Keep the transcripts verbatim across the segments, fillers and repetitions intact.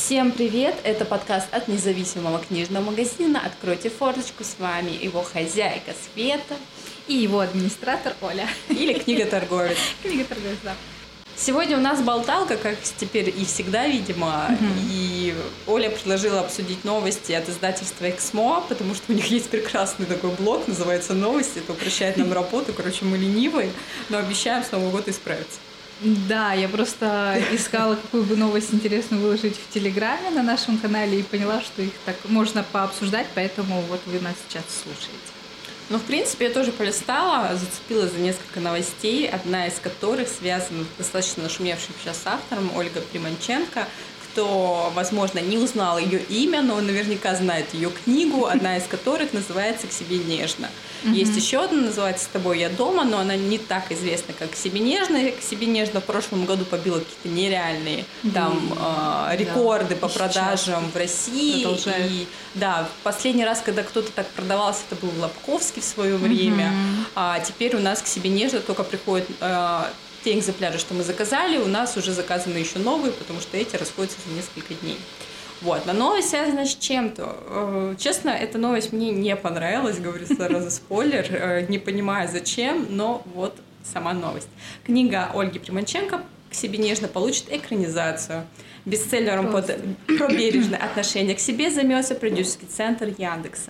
Всем привет! Это подкаст от независимого книжного магазина «Откройте форточку». С вами его хозяйка Света и его администратор Оля. Или книготорговец. Книготорговец, да. Сегодня у нас болталка, как теперь и всегда, видимо. Угу. И Оля предложила обсудить новости от издательства «Эксмо», потому что у них есть прекрасный такой блог, называется «Новости». Это упрощает нам работу. Короче, мы ленивые, но обещаем с Нового года исправиться. Да, я просто искала, какую бы новость интересную выложить в Телеграме на нашем канале и поняла, что их так можно пообсуждать, поэтому вот вы нас сейчас слушаете. Ну, в принципе, я тоже полистала, зацепилась за несколько новостей, одна из которых связана с достаточно нашумевшим сейчас автором Ольгой Примаченко. Кто, возможно, не узнал ее имя, но наверняка знает ее книгу, одна из которых называется «К себе нежно». Mm-hmm. Есть еще одна, называется «С тобой я дома», но она не так известна, как «К себе нежно». «К себе нежно» в прошлом году побила какие-то нереальные там, mm-hmm. э, рекорды да. по продажам в России. И, да, последний раз, когда кто-то так продавался, это был Лобковский в свое время. Mm-hmm. А теперь у нас «К себе нежно» только приходит... Э, те экземпляры, что мы заказали, у нас уже заказаны еще новые, потому что эти расходятся за несколько дней. Вот. Но новость связана с чем-то. Честно, эта новость мне не понравилась, говорю сразу спойлер, не понимаю зачем, но вот сама новость. Книга Ольги Примаченко «К себе нежно» получит экранизацию. Бестселлером под... про бережное отношение к себе займется продюсерский центр Яндекса.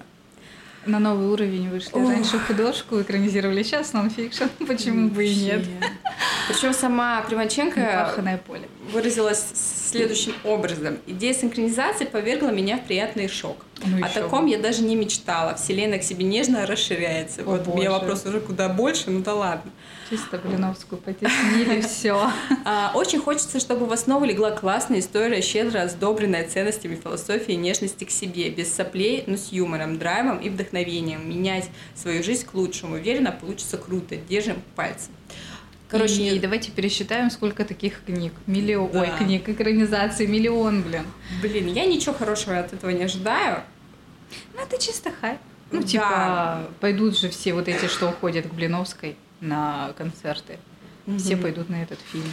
На новый уровень вышли. Ох. Раньше художку экранизировали, сейчас нон-фикшн. Почему бы и нет? Причем сама Примаченко поле. выразилась следующим образом. Идея синхронизации повергла меня в приятный шок. Ну, О таком бы. Я даже не мечтала. Вселенная «К себе нежно» расширяется. О, вот у меня вопрос уже куда больше, ну да ладно. Чисто Блиновскую потеснили, все. Очень хочется, чтобы в основу легла классная история, щедро сдобренная ценностями философии и нежности к себе, без соплей, но с юмором, драйвом и вдохновением. Менять свою жизнь к лучшему. Уверена, получится круто. Держим пальцы. Короче, и не... давайте пересчитаем, сколько таких книг. Миллион, да. Ой, книг, экранизаций, миллион, блин. Блин, я ничего хорошего от этого не ожидаю. Ну, это чисто хайп. Ну, да. Типа, пойдут же все вот эти, что уходят к Блиновской на концерты. Mm-hmm. Все пойдут на этот фильм.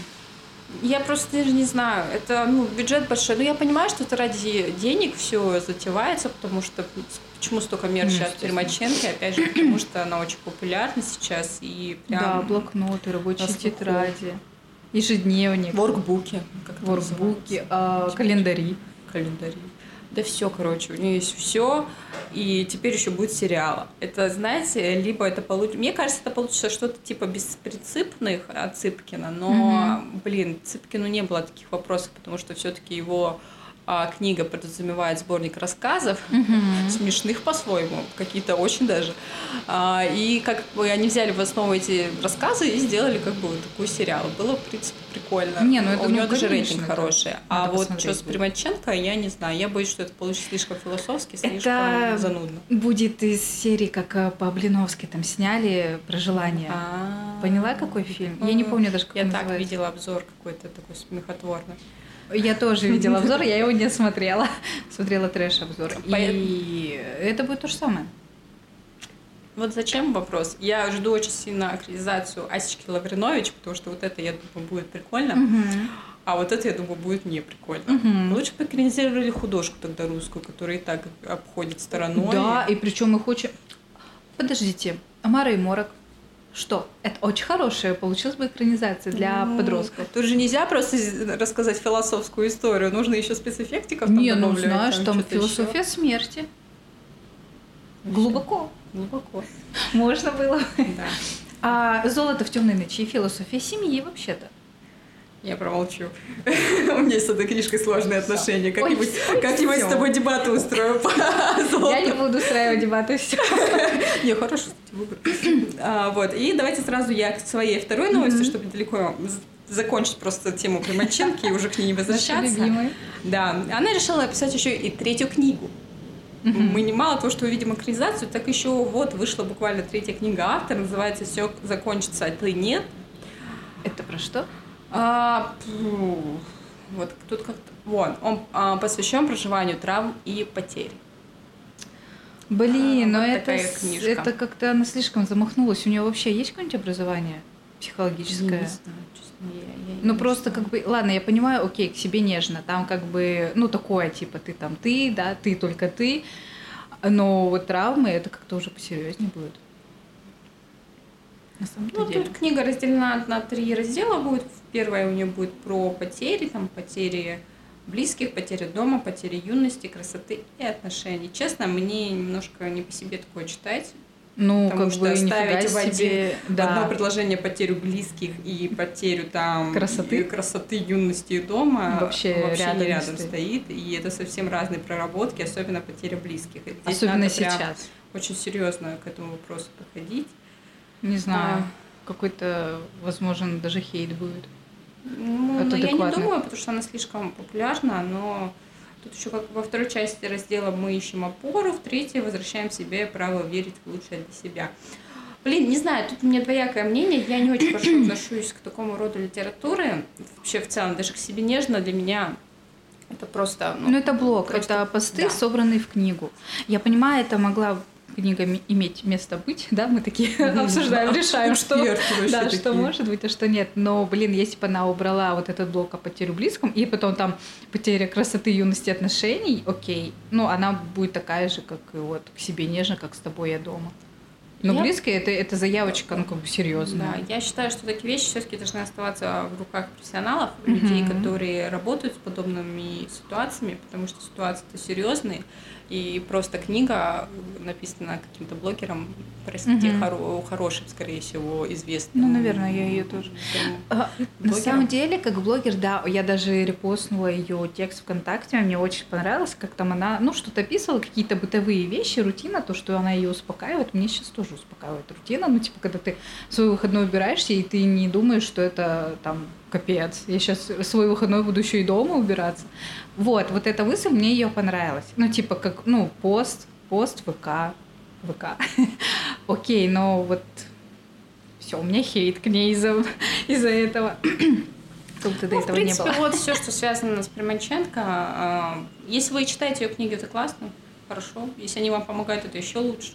Я просто даже не знаю. Это, ну, бюджет большой. Но я понимаю, что это ради денег все затевается, потому что почему столько мерча от Примаченко? Опять же, потому что она очень популярна сейчас. И прям да, блокноты, рабочие тетради, ежедневник. Воркбуки. Воркбуки, а, календари. Календари. Да все, короче, у нее есть все, и теперь еще будет сериал. Это, знаете, либо это получится... Мне кажется, это получится что-то типа беспринципных от Цыпкина, но, mm-hmm. блин, Цыпкину не было таких вопросов, потому что все-таки его а, книга подразумевает сборник рассказов, mm-hmm. смешных по-своему, какие-то очень даже. А, и как бы они взяли в основу эти рассказы и сделали как бы вот такой сериал. Было, в принципе, прикольно. Не, ну это, у него ну, даже рейтинг хороший. А вот что с будет. Примаченко, я не знаю. Я боюсь, что это получится слишком философски, слишком это занудно. Будет из серии, как по Блиновской там сняли про желание. А-а-а. Поняла, какой фильм? Я не помню даже, как я он так называется. видела обзор какой-то такой смехотворный. Я тоже видела обзор, я его не смотрела. Смотрела трэш-обзор. И это будет то же самое. Вот зачем вопрос? Я жду очень сильно экранизацию Асечки Лавринович, потому что вот это, я думаю, будет прикольно. Uh-huh. А вот это, я думаю, будет не прикольно. Uh-huh. Лучше бы экранизировали художку тогда русскую, которая и так обходит стороной. Да, и причем их очень... Подождите, Амара и Морок. Что? Это очень хорошая получилась бы экранизация для ну, подростков. Тут же нельзя просто рассказать философскую историю, нужно еще спецэффектиков там Не, добавлять. Не, ну знаешь, там, там философия еще. Смерти. Глубоко. Глубоко. Можно было. Да. А «Золото в темной ночи» — философия семьи вообще-то. Я промолчу. У меня с этой книжкой сложные отношения. Как-нибудь, как-нибудь с тобой дебаты устрою по золоту. Я не буду устраивать дебаты, все. Не, хороший, кстати, выбор. А, вот. И давайте сразу я к своей второй новости, чтобы далеко закончить просто тему Примаченко и уже к ней не возвращаться. Да. Она решила написать еще и третью книгу. Mm-hmm. Мы не мало того, что увидим экранизацию, так еще вот вышла буквально третья книга автора, называется «Все закончится, а ты нет». Это про что? А, вот тут как-то... Вон, он а, посвящен проживанию травм и потерь. Блин, а, но вот это, это как-то она слишком замахнулась. У нее вообще есть какое-нибудь образование? психологическое. Не знаю, честно, я, я Ну не просто знаю. как бы, ладно, я понимаю, окей, к себе нежно, там как бы, ну такое, типа ты там ты, да, ты только ты, но вот травмы это как-то уже посерьезнее будет. На самом Ну, деле. тут книга разделена на три раздела будет. Первая у нее будет про потери, там потери близких, потери дома, потери юности, красоты и отношений. Честно, мне немножко не по себе такое читать. Ну, Потому как что бы ставить нифига в, один, себе, в да. одно предложение потерю близких и потерю там Красоты. и красоты, юности и дома Вообще вообще рядом не не рядом стоит. стоит. И это совсем разные проработки, особенно потеря близких. И здесь Особенно надо прям сейчас. очень серьезно к этому вопросу подходить. Не знаю, А. какой-то, возможно, даже хейт будет. Ну, Это но я не адекватно. думаю, потому что она слишком популярна, но тут еще как во второй части раздела мы ищем опору, в третьей возвращаем себе право верить в лучшее для себя. Блин, не знаю, тут у меня двоякое мнение, я не очень хорошо отношусь к такому роду литературы, вообще в целом, даже к себе нежно для меня это просто... Ну, это блог, просто- это посты, да. собранные в книгу. Я понимаю, это могла книга ми- иметь место быть, да, мы такие обсуждаем, решаем, что, Эксперты вообще да, что такие. может быть, а что нет. Но, блин, если бы она убрала вот этот блок о потере близком, и потом там потеря красоты, юности, отношений, окей, ну, она будет такая же, как и вот к себе нежно, как с тобой я дома. Но Я- близкое это, это заявочка, ну, как бы серьезная. Да, я считаю, что такие вещи все-таки должны оставаться в руках профессионалов, Мгм. людей, которые работают с подобными ситуациями, потому что ситуации-то серьезные, и просто книга написана каким-то блогером, простите, Мгм. хоро- хорошим, скорее всего, известным. Ну, наверное, я её тоже. прям А, На блогером. самом деле, как блогер, да, я даже репостнула ее текст ВКонтакте, мне очень понравилось, как там она, ну, что-то описывала, какие-то бытовые вещи, рутина, то, что она ее успокаивает, мне сейчас тоже успокаивает рутина, ну, типа, когда ты в свой выходной убираешься, и ты не думаешь, что это там капец, я сейчас свой выходной буду еще и дома убираться. Вот, вот эта мысль, мне ее понравилась. Ну, типа, как, ну, пост, пост, ВК, ВК. Окей, но вот все, у меня хейт к ней из-за из-за этого. Как-то до Ну, в этого не принципе, было. вот все, что связано с Примаченко. а, Если вы читаете ее книги, это классно, хорошо. Если они вам помогают, это еще лучше.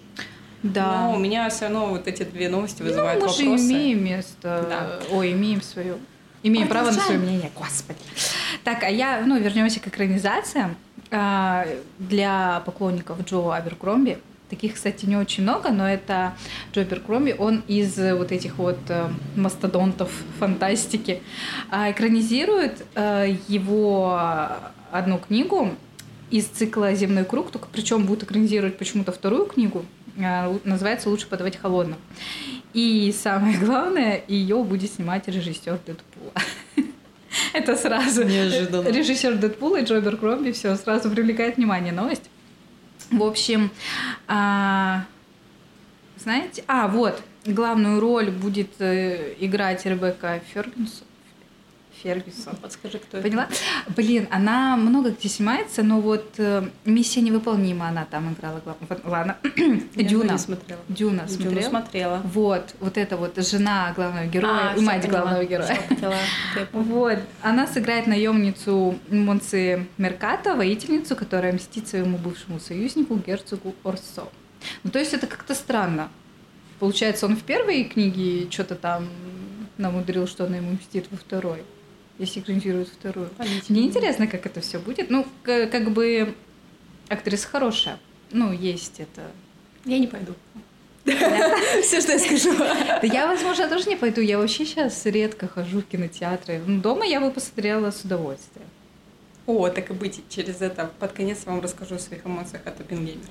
Да. Но у меня все равно вот эти две новости вызывают Ну, мы же вопросы. имеем место. Да. Ой, имеем свое. Имеем право на свое Продолжаем. мнение. Господи. Так, а я, ну, вернемся к экранизациям. А, Для поклонников Джо Аберкромби. Таких, кстати, не очень много, но это Джо Аберкромби, он из вот этих вот э, мастодонтов фантастики. А, Экранизирует э, его одну книгу из цикла «Земной круг», только причем будет экранизировать почему-то вторую книгу, э, называется «Лучше подавать холодным». И самое главное, ее будет снимать режиссер Дэдпула. Это сразу Неожиданно. режиссер Дэдпула и Джо Аберкромби, все сразу привлекает внимание новость. В общем, а, знаете, а вот главную роль будет э, играть Ребекка Фергюсон. Фергюсон. Подскажи, кто это? Поняла? Блин, она много где снимается, но вот э, «Миссия невыполнима» она там играла главную. Вот, ладно. Я Дюна. не смотрела. Дюна Дюну смотрела? смотрела. Вот, вот это вот жена главного героя А, и всё мать поняла, главного героя. всё поняла. Я поняла. Вот. Она сыграет наемницу Монцы Меркато, воительницу, которая мстит своему бывшему союзнику, герцогу Орсо. Ну, то есть это как-то странно. Получается, он в первой книге что-то там намудрил, что она ему мстит во второй, если экранизирует вторую. Понятно. Мне интересно, как это все будет. Ну, к- как бы актриса хорошая. Ну, есть это. Я не пойду. Все, что я скажу. Да я, возможно, тоже не пойду. Я вообще сейчас редко хожу в кинотеатры. Ну, дома я бы посмотрела с удовольствием. О, так и быть, через это под конец вам расскажу о своих эмоциях от Оппенгеймера.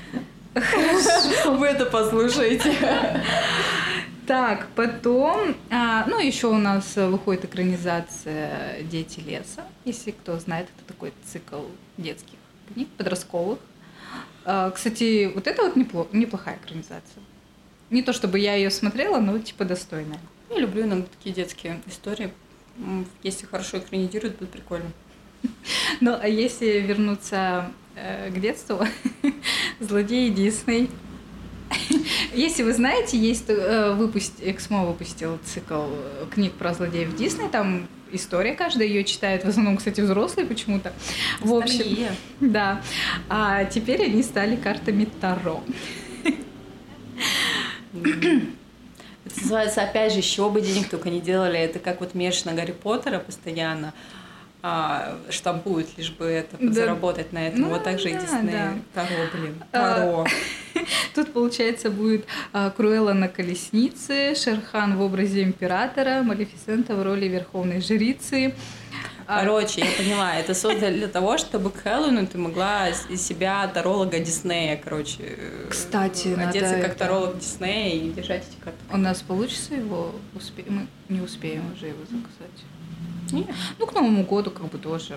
Вы это послушаете. Так, потом, а, ну, еще у нас выходит экранизация «Дети леса». Если кто знает, это такой цикл детских книг, подростковых. А, кстати, вот это вот непло- неплохая экранизация. Не то чтобы я ее смотрела, но типа достойная. Я люблю иногда такие детские истории. М, Если хорошо экранизируют, будет прикольно. Ну, а если вернуться э, к детству, злодеи Дисней. Если вы знаете, есть э, выпуск... Эксмо выпустил цикл э, книг про злодеев Дисней, там история каждая, ее читают в основном, кстати, взрослые почему-то. В общем, Ностальгия. да. А теперь они стали картами Таро. Это называется, опять же, еще бы денег только не делали. Это как вот мерч на Гарри Поттера постоянно а, штампуют, лишь бы это Да. заработать на этом. Ну, вот так же и да, Дисней. да. Таро, блин. А, Таро. Тут, получается, будет а, Круэлла на колеснице, Шерхан в образе императора, Малефисента в роли верховной жрицы. А, Короче, я поняла, это создали для того, чтобы к Хэллоуину ты могла из себя таролога Диснея, короче. Кстати, одеться надо как это- таролог Диснея и держать эти карты. У нас получится его успеть? Мы не успеем уже его заказать. Нет. Ну, к Новому году как бы тоже.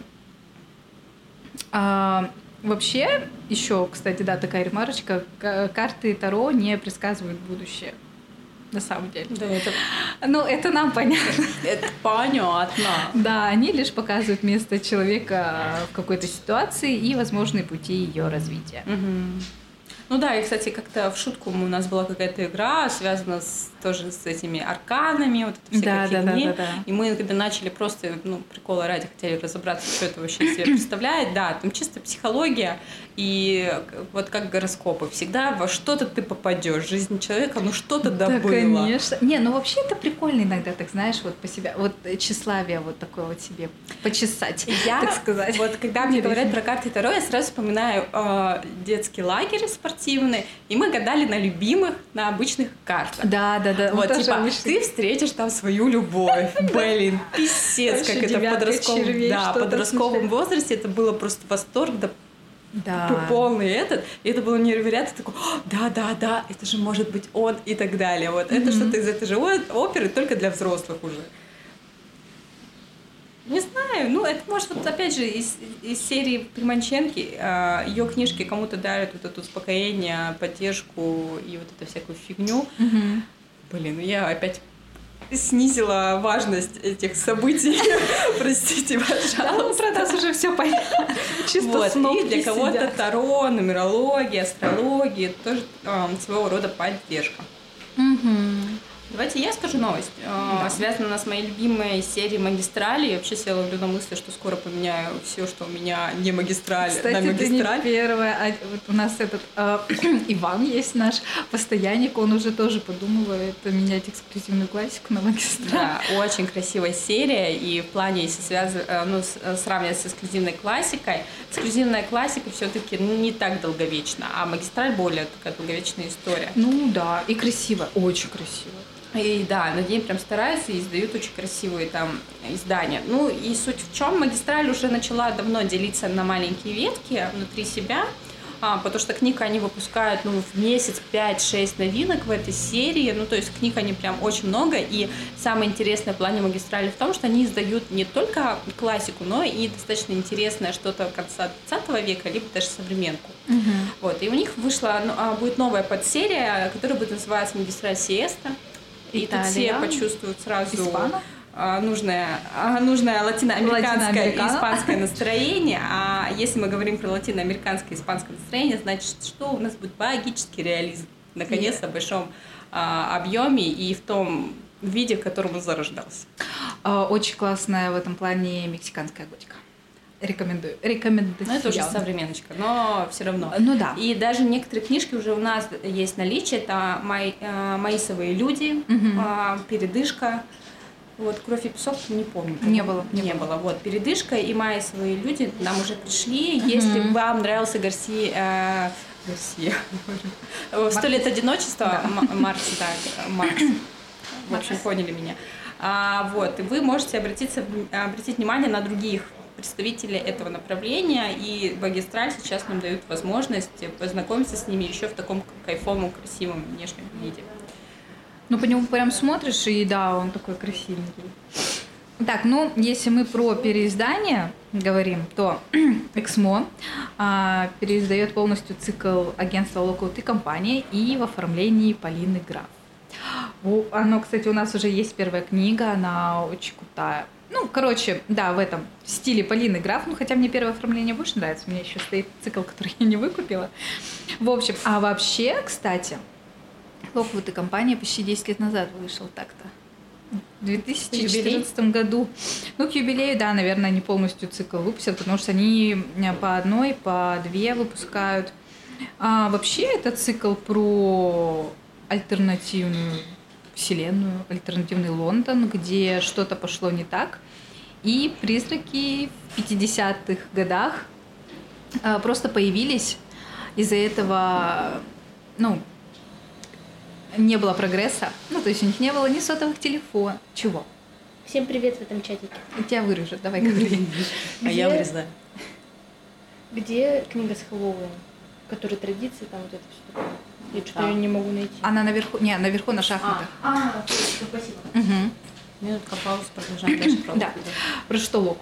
А, вообще, еще, кстати, да, такая ремарочка. к- Карты Таро не предсказывают будущее. На самом деле. Да, это, Ну, это нам понятно. это понятно. Да, они лишь показывают место человека в какой-то ситуации и возможные пути ее развития. Мгм. Ну да, и, кстати, как-то в шутку у нас была какая-то игра, связанная с, тоже с этими арканами, вот это Да, всякой да, да, фигни. да, да. И мы, когда начали просто, ну, прикола ради, хотели разобраться, что это вообще из себя представляет, да, там чисто психология и вот как гороскопы. Всегда во что-то ты попадешь. Жизнь человека, ну что-то Да, добыла. конечно. Не, ну вообще это прикольно иногда, так знаешь, вот по себе, вот тщеславие вот такое вот себе почесать, Я, так сказать. вот когда мне Интересно. говорят про карты Таро, я сразу вспоминаю э, детский лагерь спортивный, и мы гадали на любимых, на обычных картах. Да, да, да. мы Вот, тоже типа, вышли. ты встретишь там свою любовь. Блин, писец, Вообще как это в девятка, подростковом, червей, да, что-то подростковом смешное. возрасте это было просто восторг, да, Да. полный этот. И это было невероятно такой, «О, да, да, да, это же может быть он и так далее. Вот это что-то из этой же о- оперы, только для взрослых уже. Не знаю, ну это может вот опять же из, из серии Приманченки, ее книжки кому-то дарят вот это успокоение, поддержку и вот эту всякую фигню. Мгм. Блин, ну я опять снизила важность этих событий. Простите, Да, ну пожалуйста. про нас уже все понятно. Чисто Вот. И снобки для кого-то сидят. таро, нумерология, астрология это тоже э, своего рода поддержка. Мгм. Давайте я скажу новость. Э, Да. Связана она с моей любимой серией «Магистрали». Я вообще села в мысли, что скоро поменяю все, что у меня не магистраль, Кстати, на это не магистраль. первое. А вот у нас этот э, Иван есть наш постоянник, он уже тоже подумывает менять эксклюзивную классику на магистраль. Да, очень красивая серия, и в плане, если связ- э, ну, с- э, сравнивать с эксклюзивной классикой, эксклюзивная классика все-таки не так долговечна, а магистраль более такая долговечная история. Ну да, и красиво, очень красиво. И да, над ней прям стараются и издают очень красивые там издания. Ну и суть в чем, магистраль уже начала давно делиться на маленькие ветки внутри себя, а, потому что книг они выпускают ну, в месяц пять-шесть новинок в этой серии, ну то есть книг они прям очень много, и самое интересное в плане магистрали в том, что они издают не только классику, но и достаточно интересное что-то конца двадцатого века, либо даже современку. Вот, и у них вышла, ну, а, будет новая подсерия, которая будет называться «Магистраль Сиеста». И тут все Италия. почувствуют сразу Испано? а, нужное, а, нужное латиноамериканское и Латиноамерикано. испанское настроение. А если мы говорим про латиноамериканское и испанское настроение, значит, что у нас будет магический реализм. Наконец-то в большом а, объеме и в том виде, в котором он зарождался. А, Очень классная в этом плане мексиканская готика. Рекомендую. Рекомендую. Ну, это уже современночка, но все равно. Ну да. И даже некоторые книжки уже у нас есть наличие. Это «Май- э, «Маисовые люди», Мгм. а, «Передышка». Вот «Кровь и песок» не помню. Не было, не Не, было. было. Вот «Передышка» и «Маисовые люди» нам уже пришли. Если вам нравился Гарси... э, Гарсия. «Сто лет одиночества» М- Маркс, да, Маркс. В общем, поняли меня. А, вот, и вы можете обратиться, в- обратить внимание на других представителей этого направления, и магистраль сейчас нам дают возможность познакомиться с ними еще в таком кайфовом, красивом внешнем виде. Ну, по нему прям смотришь, и да, он такой красивенький. Так, ну, если мы про переиздание говорим, то Эксмо а, переиздает полностью цикл агентства Local T компания и в оформлении Полины Граф. О, Оно, кстати, у нас уже есть первая книга, она очень крутая. Ну, короче, да, в этом в стиле Полины Граф, ну, хотя мне первое оформление больше нравится, у меня еще стоит цикл, который я не выкупила. В общем, а вообще, кстати, Локвуд и компания почти десять лет назад вышел так-то. В две тысячи четырнадцатом году. Ну, к юбилею, да, наверное, они полностью цикл выпустят, потому что они по одной, по две выпускают. А вообще, это цикл про альтернативную вселенную, альтернативный Лондон, где что-то пошло не так. И призраки в пятидесятых годах а, просто появились. Из-за этого, ну, не было прогресса. Ну, то есть у них не было ни сотовых телефонов. Чего? Всем привет в этом чатике. Тебя вырежут, давай говори. А я вырезаю. Где книга с Хэллоуин? Которая традиции, там вот это все такое. Я что-то ее не могу найти. Она наверху, не, наверху на шахматах. А, спасибо. Угу. Минутка паузы, продолжаем дальше про Да, про что Лок.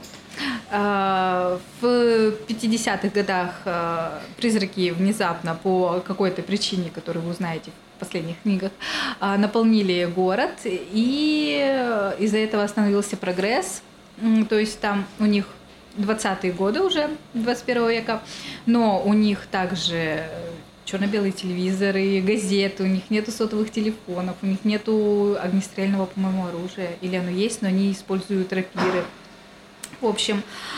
В пятидесятых годах призраки внезапно по какой-то причине, которую вы узнаете в последних книгах, наполнили город, и из-за этого остановился прогресс. То есть там у них двадцатые годы уже двадцать первого века, но у них также черно-белые телевизоры, газеты, у них нету сотовых телефонов, у них нету огнестрельного, по-моему, оружия, или оно есть, но они используют рапиры. В общем,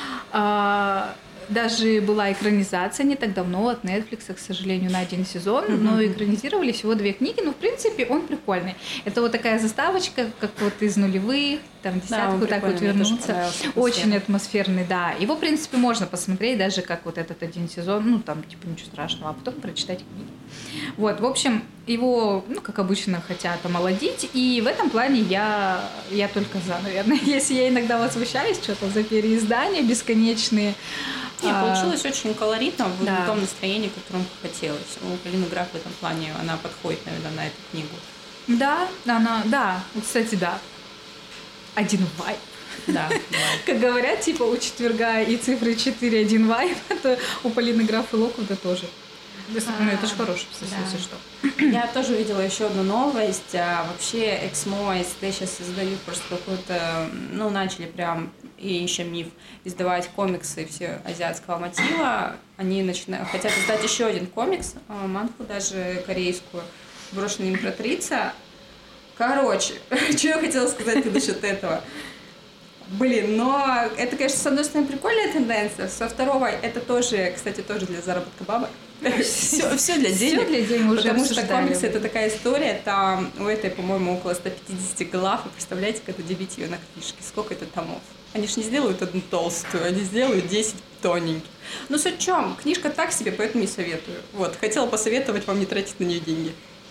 даже была экранизация не так давно от Netflix, к сожалению, на один сезон, mm-hmm. но экранизировали всего две книги, но в принципе он прикольный. Это вот такая заставочка, как вот из нулевых, там десятых, вот так вот вернуться. Очень атмосферный, да. Его, в принципе, можно посмотреть, даже как вот этот один сезон, ну там типа ничего страшного, а потом прочитать книги. Вот, в общем, его, ну, как обычно, хотят омолодить, и в этом плане я, я только за, наверное. Если я иногда возмущаюсь, что-то за переиздания бесконечные. Не, получилось а, очень колоритно, в да. том настроении, которым хотелось. У Полины Граф в этом плане, она подходит, наверное, на эту книгу. Да, она, да, кстати, да. Один вайб. Да, как говорят, типа у четверга и цифры четыре один вайб, то у Полины Граф и Локвуда тоже. Ну, это же хороший, если что. Я тоже увидела еще одну новость. А, вообще, Эксмо и СТ сейчас издают просто какой-то, ну, начали прям, и еще Миф, издавать комиксы все азиатского мотива. Они начинают, хотят издать еще один комикс, манху даже корейскую, «Брошенная императрица». Короче, что я хотела сказать насчет этого? Блин, но это, конечно, с одной стороны прикольная тенденция, со второй это тоже, кстати, тоже для заработка бабок. Все, все для денег. Все для денег уже потому что комиксы это такая история, там у этой, по-моему, около ста пятидесяти глав. Вы представляете, как это дебить ее на книжке? Сколько это томов? Они же не сделают одну толстую, они сделают десять тоненьких. Но суть в чем? Книжка так себе, поэтому не советую. Вот, хотела посоветовать вам не тратить на нее деньги.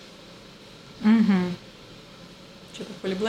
Угу. Что-то Холли Блэк?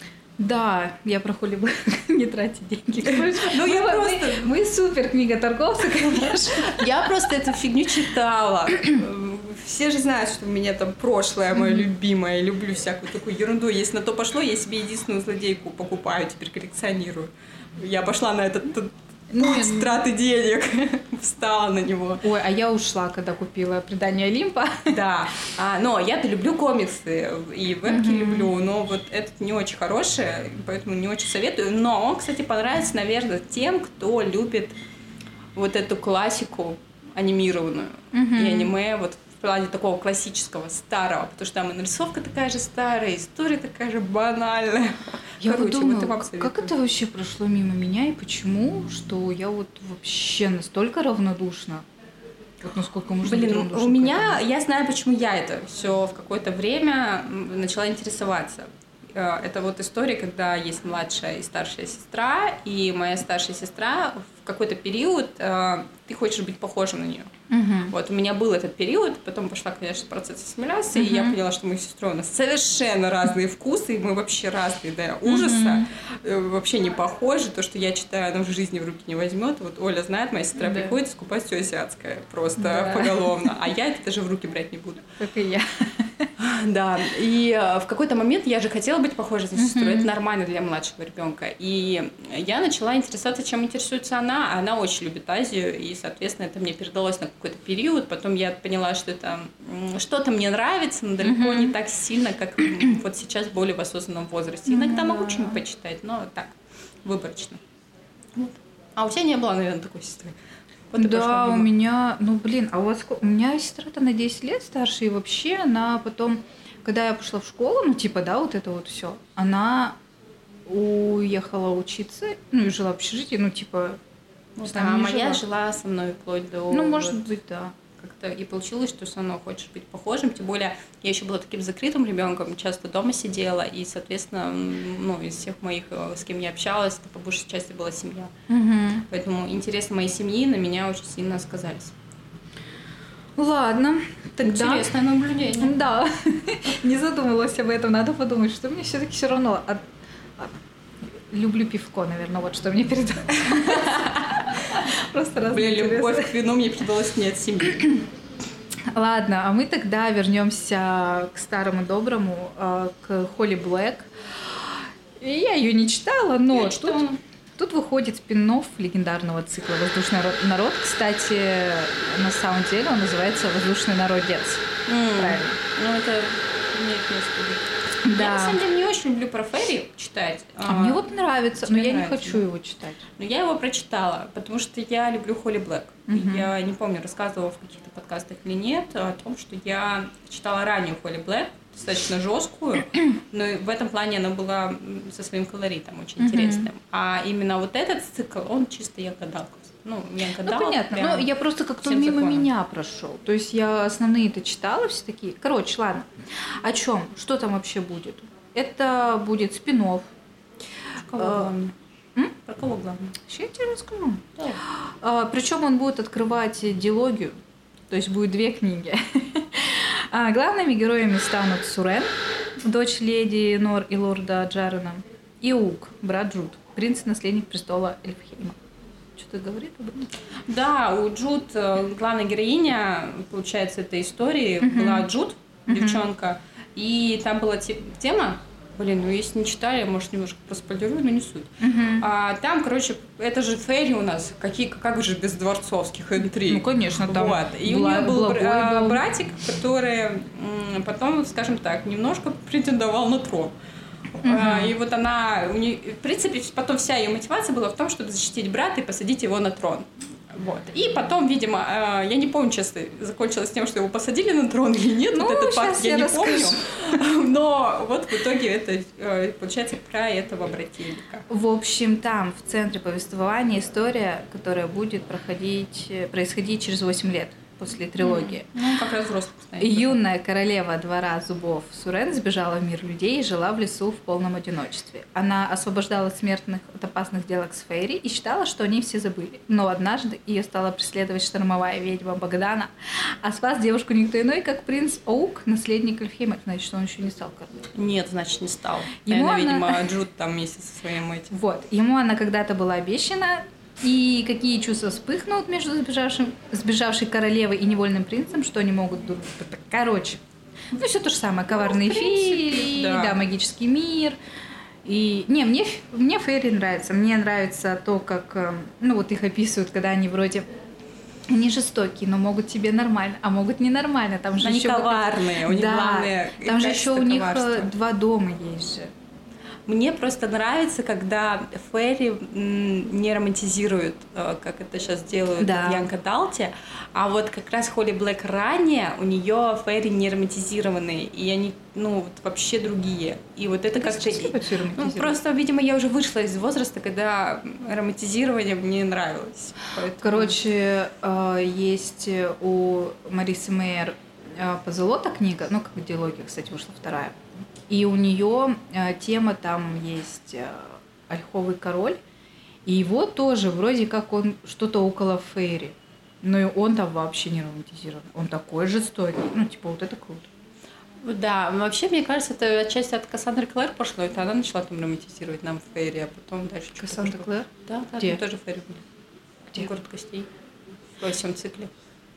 Да, я про Холли Блэк не тратить деньги. Ну, я просто... Мы супер книготорговцы, конечно. Я просто эту фигню читала. Все же знают, что у меня там прошлое мое любимое. Я люблю всякую такую ерунду. Если на то пошло, я себе единственную злодейку покупаю, теперь коллекционирую. Я пошла на этот путь траты денег, встала на него. Ой, а я ушла, когда купила «Предание Олимпа». Да, а, но я-то люблю комиксы и вебки mm-hmm. люблю, но вот этот не очень хороший, поэтому не очень советую. Но он, кстати, понравится, наверное, тем, кто любит вот эту классику анимированную mm-hmm. и аниме, вот в плане такого классического, старого, потому что там и нарисовка такая же старая, и история такая же банальная. Я Короче, вот думаю, вот как это вообще прошло мимо меня и почему, что я вот вообще настолько равнодушна. Вот насколько можно быть равнодушна. Блин, у меня, я знаю, почему я это все в какое-то время начала интересоваться. Это вот история, когда есть младшая и старшая сестра, и моя старшая сестра в какой-то период ты хочешь быть похожим на нее. Uh-huh. Вот у меня был этот период, потом пошла, конечно, процесс ассимиляции, uh-huh. и я поняла, что мы с сестрой у нас совершенно разные вкусы, и мы вообще разные до ужаса, uh-huh. вообще не похожи. То, что я читаю, она в жизни в руки не возьмет. Вот Оля знает, моя сестра да. приходит скупать все азиатское, просто да. поголовно, а я это даже в руки брать не буду. Как и я. Да, и в какой-то момент я же хотела быть похожей на сестру, uh-huh. это нормально для младшего ребенка. И я начала интересоваться, чем интересуется она, а она очень любит Азию, и, соответственно, это мне передалось на какой-то период. Потом я поняла, что это что-то мне нравится, но далеко uh-huh. не так сильно, как вот сейчас более в осознанном возрасте. Иногда uh-huh. могу что-нибудь почитать, но так, выборочно. Вот. А у тебя не было, наверное, такой сестры? Вот да, у меня, ну блин, а у вас сколько? У меня сестра-то на десять лет старше, и вообще она потом, когда я пошла в школу, ну типа, да, вот это вот все, она уехала учиться, ну и жила в общежитии, ну типа... Ну, да, моя жила. жила со мной вплоть до... Ну, может быть, да. как-то и получилось, что все равно хочешь быть похожим. Тем более я еще была таким закрытым ребенком, часто дома сидела, и, соответственно, ну, из всех моих, с кем я общалась, это по большей части была семья. Угу. Поэтому интересы моей семьи на меня очень сильно сказались. Ладно, тогда... Интересное наблюдение. Да, не задумывалась об этом, надо подумать, что мне все-таки все равно... От... Люблю пивко, наверное, вот что мне передалось. Просто раз. Блин, любовь к вину мне передалась не от семьи. Ладно, а мы тогда вернемся к старому доброму, к Холли Блэк. Я ее не читала, но тут, тут выходит спин-офф легендарного цикла «Воздушный народ». Кстати, на самом деле он называется «Воздушный народец». Mm. Правильно. Ну, это имеет место быть. Да. Я, на самом деле, не очень люблю про Ферри читать. А, а мне вот нравится, но я нравится. не хочу его читать. Но я его прочитала, потому что я люблю Холли Блэк. Uh-huh. Я не помню, рассказывала в каких-то подкастах или нет, о том, что я читала раннюю Холли Блэк, достаточно жесткую, но в этом плане она была со своим колоритом очень uh-huh. интересным. А именно вот этот цикл, он чисто я гадалка. Ну, я гадала. Ну, понятно. Ну, я просто как-то мимо законом. меня прошел. То есть я основные-то читала все такие. Короче, ладно. О чем? Что там вообще будет? Это будет спин-офф. Про кого главное? М? Про кого главное? Сейчас я тебе расскажу. Да. А, причем он будет открывать диалогию. То есть будет две книги. А главными героями станут Сурен, дочь леди Нор и лорда Джарена, и Ук, брат Джуд, принц-наследник престола Эльфхейма. Что-то говорит об этом? Да, у Джуд, главная героиня, получается, этой истории, uh-huh. была Джуд, uh-huh. девчонка, и там была тема, блин, ну если не читали, я, может, немножко проспойлерую, но не суть. Uh-huh. А, там, короче, это же Ферри у нас, какие, как же без дворцовских интриг. Ну, конечно, там вот. И у нее был бра- братик, который м, потом, скажем так, немножко претендовал на трон. Uh-huh. И вот она, у нее, в принципе, потом вся ее мотивация была в том, чтобы защитить брата и посадить его на трон. Вот. И потом, видимо, я не помню, честно, закончилось тем, что его посадили на трон или нет, ну, вот этот факт я, я не расскажу. помню. Но вот в итоге это, получается, про этого брательника. В общем, там в центре повествования история, которая будет проходить, происходить через восемь лет. После трилогии. Mm. Ну, как раз взрослых постоянно. Юная королева двора зубов Сурен сбежала в мир людей и жила в лесу в полном одиночестве. Она освобождала смертных от опасных делок с Фейри и считала, что они все забыли. Но однажды ее стала преследовать штормовая ведьма Богдана, а спас девушку никто иной, как принц Оук, наследник Эльфхейма. Значит, что он еще не стал королем. Нет, значит, не стал. Ему Наверное, она... видимо, Джуд там вместе со своим этим. Вот. Ему она когда-то была обещана. И какие чувства вспыхнут между сбежавшим, сбежавшей королевой и невольным принцем, что они могут... Короче, ну все то же самое. Коварные ну, феи, да. да, магический мир. И... Не, мне, мне фейри нравится. Мне нравится то, как... Ну вот их описывают, когда они вроде... Они жестокие, но могут тебе нормально, а могут ненормально. Там же они еще коварные, вот... у них да, главное... Там же еще у них коварства. два дома есть же. Мне просто нравится, когда Ферри не романтизируют, как это сейчас делают да. в Янг Адалте, а вот как раз Холли Блэк ранее, у нее Ферри не романтизированные, и они, ну, вот вообще другие. И вот это как-то... Ну, просто, видимо, я уже вышла из возраста, когда романтизирование мне нравилось. Поэтому... Короче, есть у Марисы Мейер «Позолота» книга, ну, как диалогия, кстати, вышла вторая. И у нее э, тема там есть э, Ольховый король, и его тоже вроде как он что-то около Фейри, но и он там вообще не романтизирован, он такой жестокий, ну типа вот это круто. Да, вообще, мне кажется, это отчасти от Кассандры Клэр пошло, это она начала там романтизировать нам Фейри, а потом дальше... Кассандра Клэр? Да, да, где? Там тоже Фейри были. Где? Город костей. В всем цикле.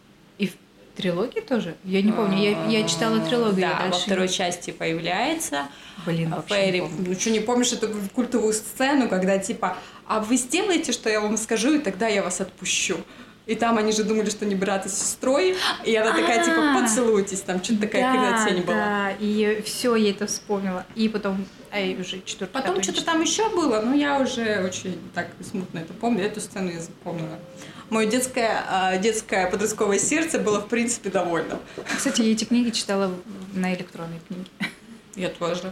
И в трилогии тоже? Я не помню, я, я читала трилогию. Да, во второй части появляется. Блин, вообще Фейри. не помню. Ну что, не помнишь эту культовую сцену, когда типа, а вы сделаете, что я вам скажу, и тогда я вас отпущу. И там они же думали, что они брат и сестрой, и она такая, типа, поцелуйтесь, там что-то такая да, тень была. Да, и все, я это вспомнила. И потом, ай, уже четвертый. Потом что-то там еще было, но я уже очень так смутно это помню, эту сцену я запомнила. Мое детское, детское подростковое сердце было, в принципе, довольно. Кстати, я эти книги читала на электронной книге. Я тоже.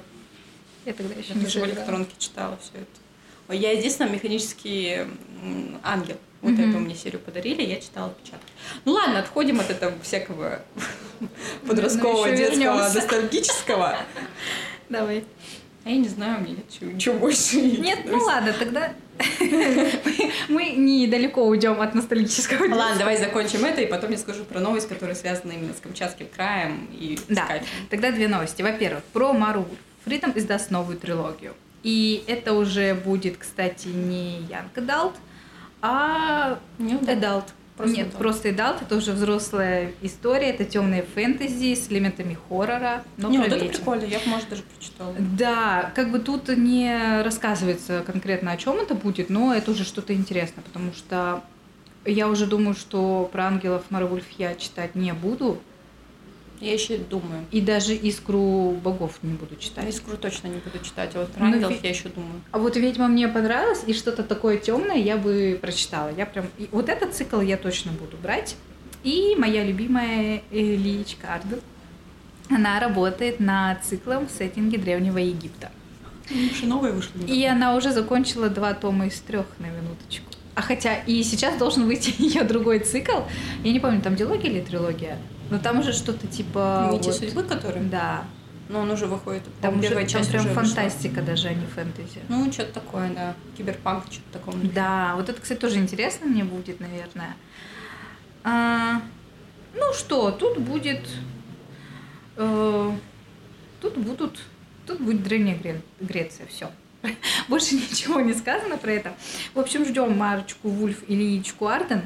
Я тогда еще я не тоже в электронке читала все это. Я единственное механический ангел. Вот Мгм. эту мне серию подарили, я читала отпечатки. Ну ладно, отходим от этого всякого подросткового, Ну, ещё детского, вернёмся. ностальгического. Давай. А я не знаю, мне чего больше. Нет, ну ладно, тогда мы- мы недалеко уйдем от ностальгического. детства. Ладно, давай закончим это, и потом я скажу про новость, которая связана именно с Камчатским краем и с Да, кайфом. тогда две новости. Во-первых, про Мару Вульф. Freedom издаст новую трилогию. И это уже будет, кстати, не Young Adult, а Не удалось. Adult. Просто Нет, adult. просто Adult. Это уже взрослая история, это темная фэнтези с элементами хоррора. Но Не, про вот это ведьм. прикольно, я бы, может, даже прочитала. Да, как бы тут не рассказывается конкретно, о чем это будет, но это уже что-то интересное, потому что я уже думаю, что про ангелов Мару Вульф я читать не буду, Я еще думаю. и даже Искру богов не буду А читать. Искру точно не буду читать, а вот про Ну, ангелов ви- я еще думаю. А вот ведьма мне понравилась, и что-то такое темное я бы прочитала. Я прям и вот этот цикл я точно буду брать. И моя любимая Лиечка Арден, она работает над циклом в сеттинге Древнего Египта. Еще новые вышли. И она уже закончила два тома из трех на минуточку. А хотя и сейчас должен выйти ее другой цикл. Я не помню, там диалогия или трилогия. Но там уже что-то типа. Нити вот- судьбы, которые? Да. Но он уже выходит. Там, По-моему, уже, первая там часть прям уже вышла. фантастика даже, а не фэнтези. Ну, что-то такое, да. Киберпанк, что-то такое. Да, вот это, кстати, тоже интересно мне будет, наверное. А, ну что, тут будет... э, тут будут... Тут будет Древняя Гре- Греция, все. Больше ничего не сказано про это. В общем, ждем Марочку Вульф и Лиечку Арден.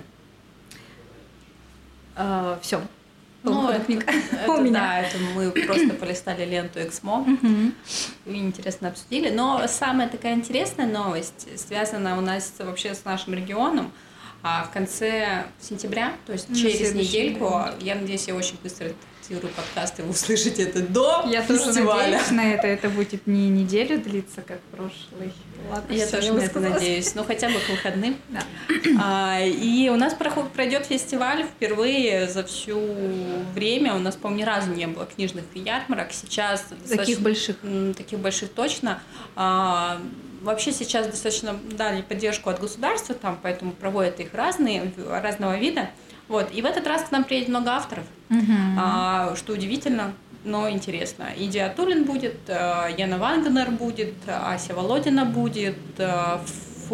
Все. Ну, это, книга это у меня. да, это мы просто полистали ленту Эксмо Мгм. и интересно обсудили. Но самая такая интересная новость связана у нас вообще с нашим регионом. А в конце сентября, то есть На через следующей недельку, неделе. я надеюсь, я очень быстро редактирую подкаст, и вы услышите это до Я тоже фестиваля. надеюсь на это. Это будет не неделю длиться, как прошлый. Ладно, Я всё, тоже на это высказалась. надеюсь, ну хотя бы к выходным. Да. А, и у нас проход- пройдет фестиваль впервые за всю время. У нас, по-моему, ни разу не было книжных ярмарок. Сейчас Таких достаточно- больших. м, таких больших точно. А, вообще сейчас достаточно дали поддержку от государства, там, поэтому проводят их разные, разного вида. Вот. И в этот раз к нам приедет много авторов, Мгм. а, что удивительно, но интересно. Идия Атулин будет, а, Яна Вагнер будет, Ася Володина будет, а,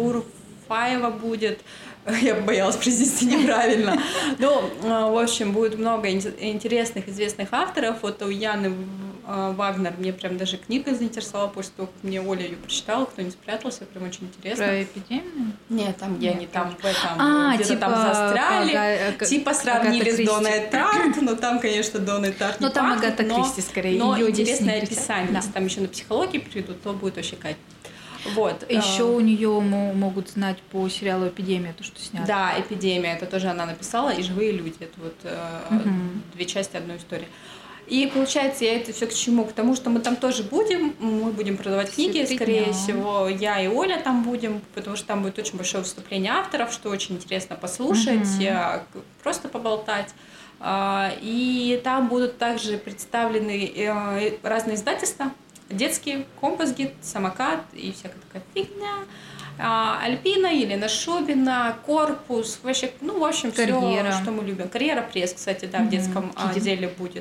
Фурфаева будет. Я боялась произнести неправильно. Ну, а, в общем, будет много ин- интересных, известных авторов. Вот у Яны а, Вагнер мне прям даже книга заинтересовала, после того, как мне Оля ее прочитала, кто не спрятался, прям очень интересно. Про эпидемию? Нет, там, где Нет, они там в этом, А, где-то типа, там застряли. Ага, как- Типа Агата сравнили с Кристи. Доной Тарт, но там, конечно, Доной Тарт не Ну, там пахнет, Агата но- Кристи скорее. Но её здесь интересное не притя- описание. Да. Если там еще на психологии приведут, то будет вообще кайф. Вот. Еще э, у нее могут знать по сериалу «Эпидемия», то, что снято. Да, «Эпидемия», это тоже она написала, и «Живые люди», это вот э, Мгм. две части одной истории. И получается, я это все к чему? К тому, что мы там тоже будем, мы будем продавать Все книги, три скорее дня. всего, я и Оля там будем, потому что там будет очень большое выступление авторов, что очень интересно послушать, Мгм. э, к- просто поболтать. А, И там будут также представлены э, разные издательства, детские, компас-гид, самокат и всякая такая фигня. А, Альпина, Елена Шубина, Корпус, вообще, ну, в общем, Карьера. все, что мы любим. Карьера пресс, кстати, да, в Мгм. детском а, Киди. отделе будет.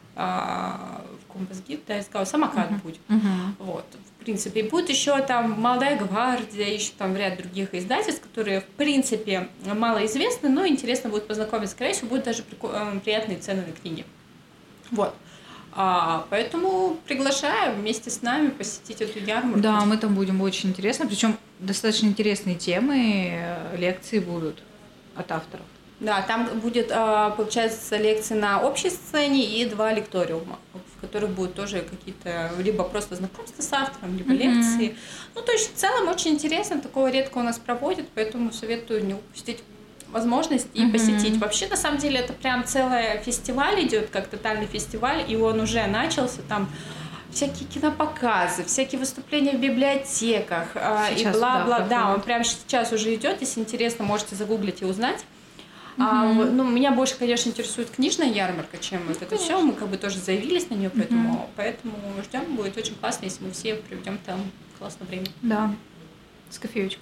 А, в компас-гид, да, я сказала, самокат Мгм. будет. Мгм. Вот, в принципе. И будет еще там «Молодая гвардия», еще там ряд других издательств, которые, в принципе, малоизвестны, но интересно будет познакомиться. Скорее всего, будут даже прико- э, приятные цены на книги. Вот. А, поэтому приглашаю вместе с нами посетить эту ярмарку. Да, мы там будем очень интересно. Причем достаточно интересные темы, э, лекции будут от авторов. Да, там будет, а, получается, лекции на общей сцене и два лекториума, в которых будут тоже какие-то либо просто знакомства с автором, либо Мгм. лекции. Ну, то есть в целом очень интересно, такого редко у нас проводят, поэтому советую не упустить возможность и Мгм. посетить. Вообще, на самом деле, это прям целый фестиваль идет, как тотальный фестиваль, и он уже начался там. Всякие кинопоказы, всякие выступления в библиотеках а, и Сейчас, бла-бла. да, Да, он проходит. прямо сейчас уже идет. Если интересно, можете загуглить и узнать. А, Мгм. вот, ну, меня больше, конечно, интересует книжная ярмарка, чем вот это все. Мы как бы тоже заявились на нее, поэтому, поэтому ждем. Будет очень классно, если мы все проведем там классное время. Да, с кофеечком.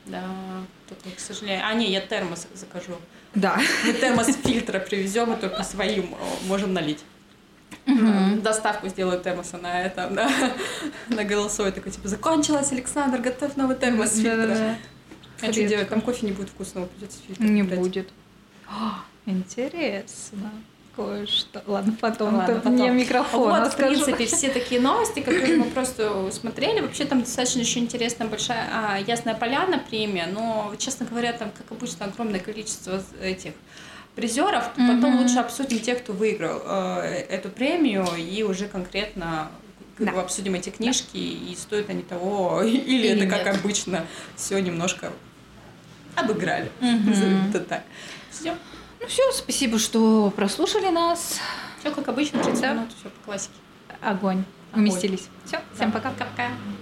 Да, только, к сожалению. А, не, я термос закажу. Да. Мы термос фильтра привезем и только своим можем налить. Мгм. Доставку сделаю термоса на это, на, на голосовой. Такой, типа, закончилось, Александр, готовь новый термос фильтра. Да-да-да. А что делать? Там кофе не будет вкусного, придется фильтр Не купить. будет. О, интересно. Кое-что. Ладно, потом. Ладно, Ты мне потом. микрофон Вот, в расскажу. принципе, все такие новости, которые мы просто смотрели. Вообще там достаточно еще интересная большая а, Ясная Поляна премия, но, честно говоря, там, как обычно, огромное количество этих призеров. Мгм. Потом лучше обсудим тех, кто выиграл э, эту премию, и уже конкретно как Да. бы обсудим эти книжки, и стоят они того, или, Или это, как нет. обычно, все немножко обыграли. Мгм. Назовем это так. Все. Ну все, спасибо, что прослушали нас. Все как обычно, тридцать Да. минут, все по классике. Огонь. Огонь. Уместились. Все, всем Да. пока. Пока-пока.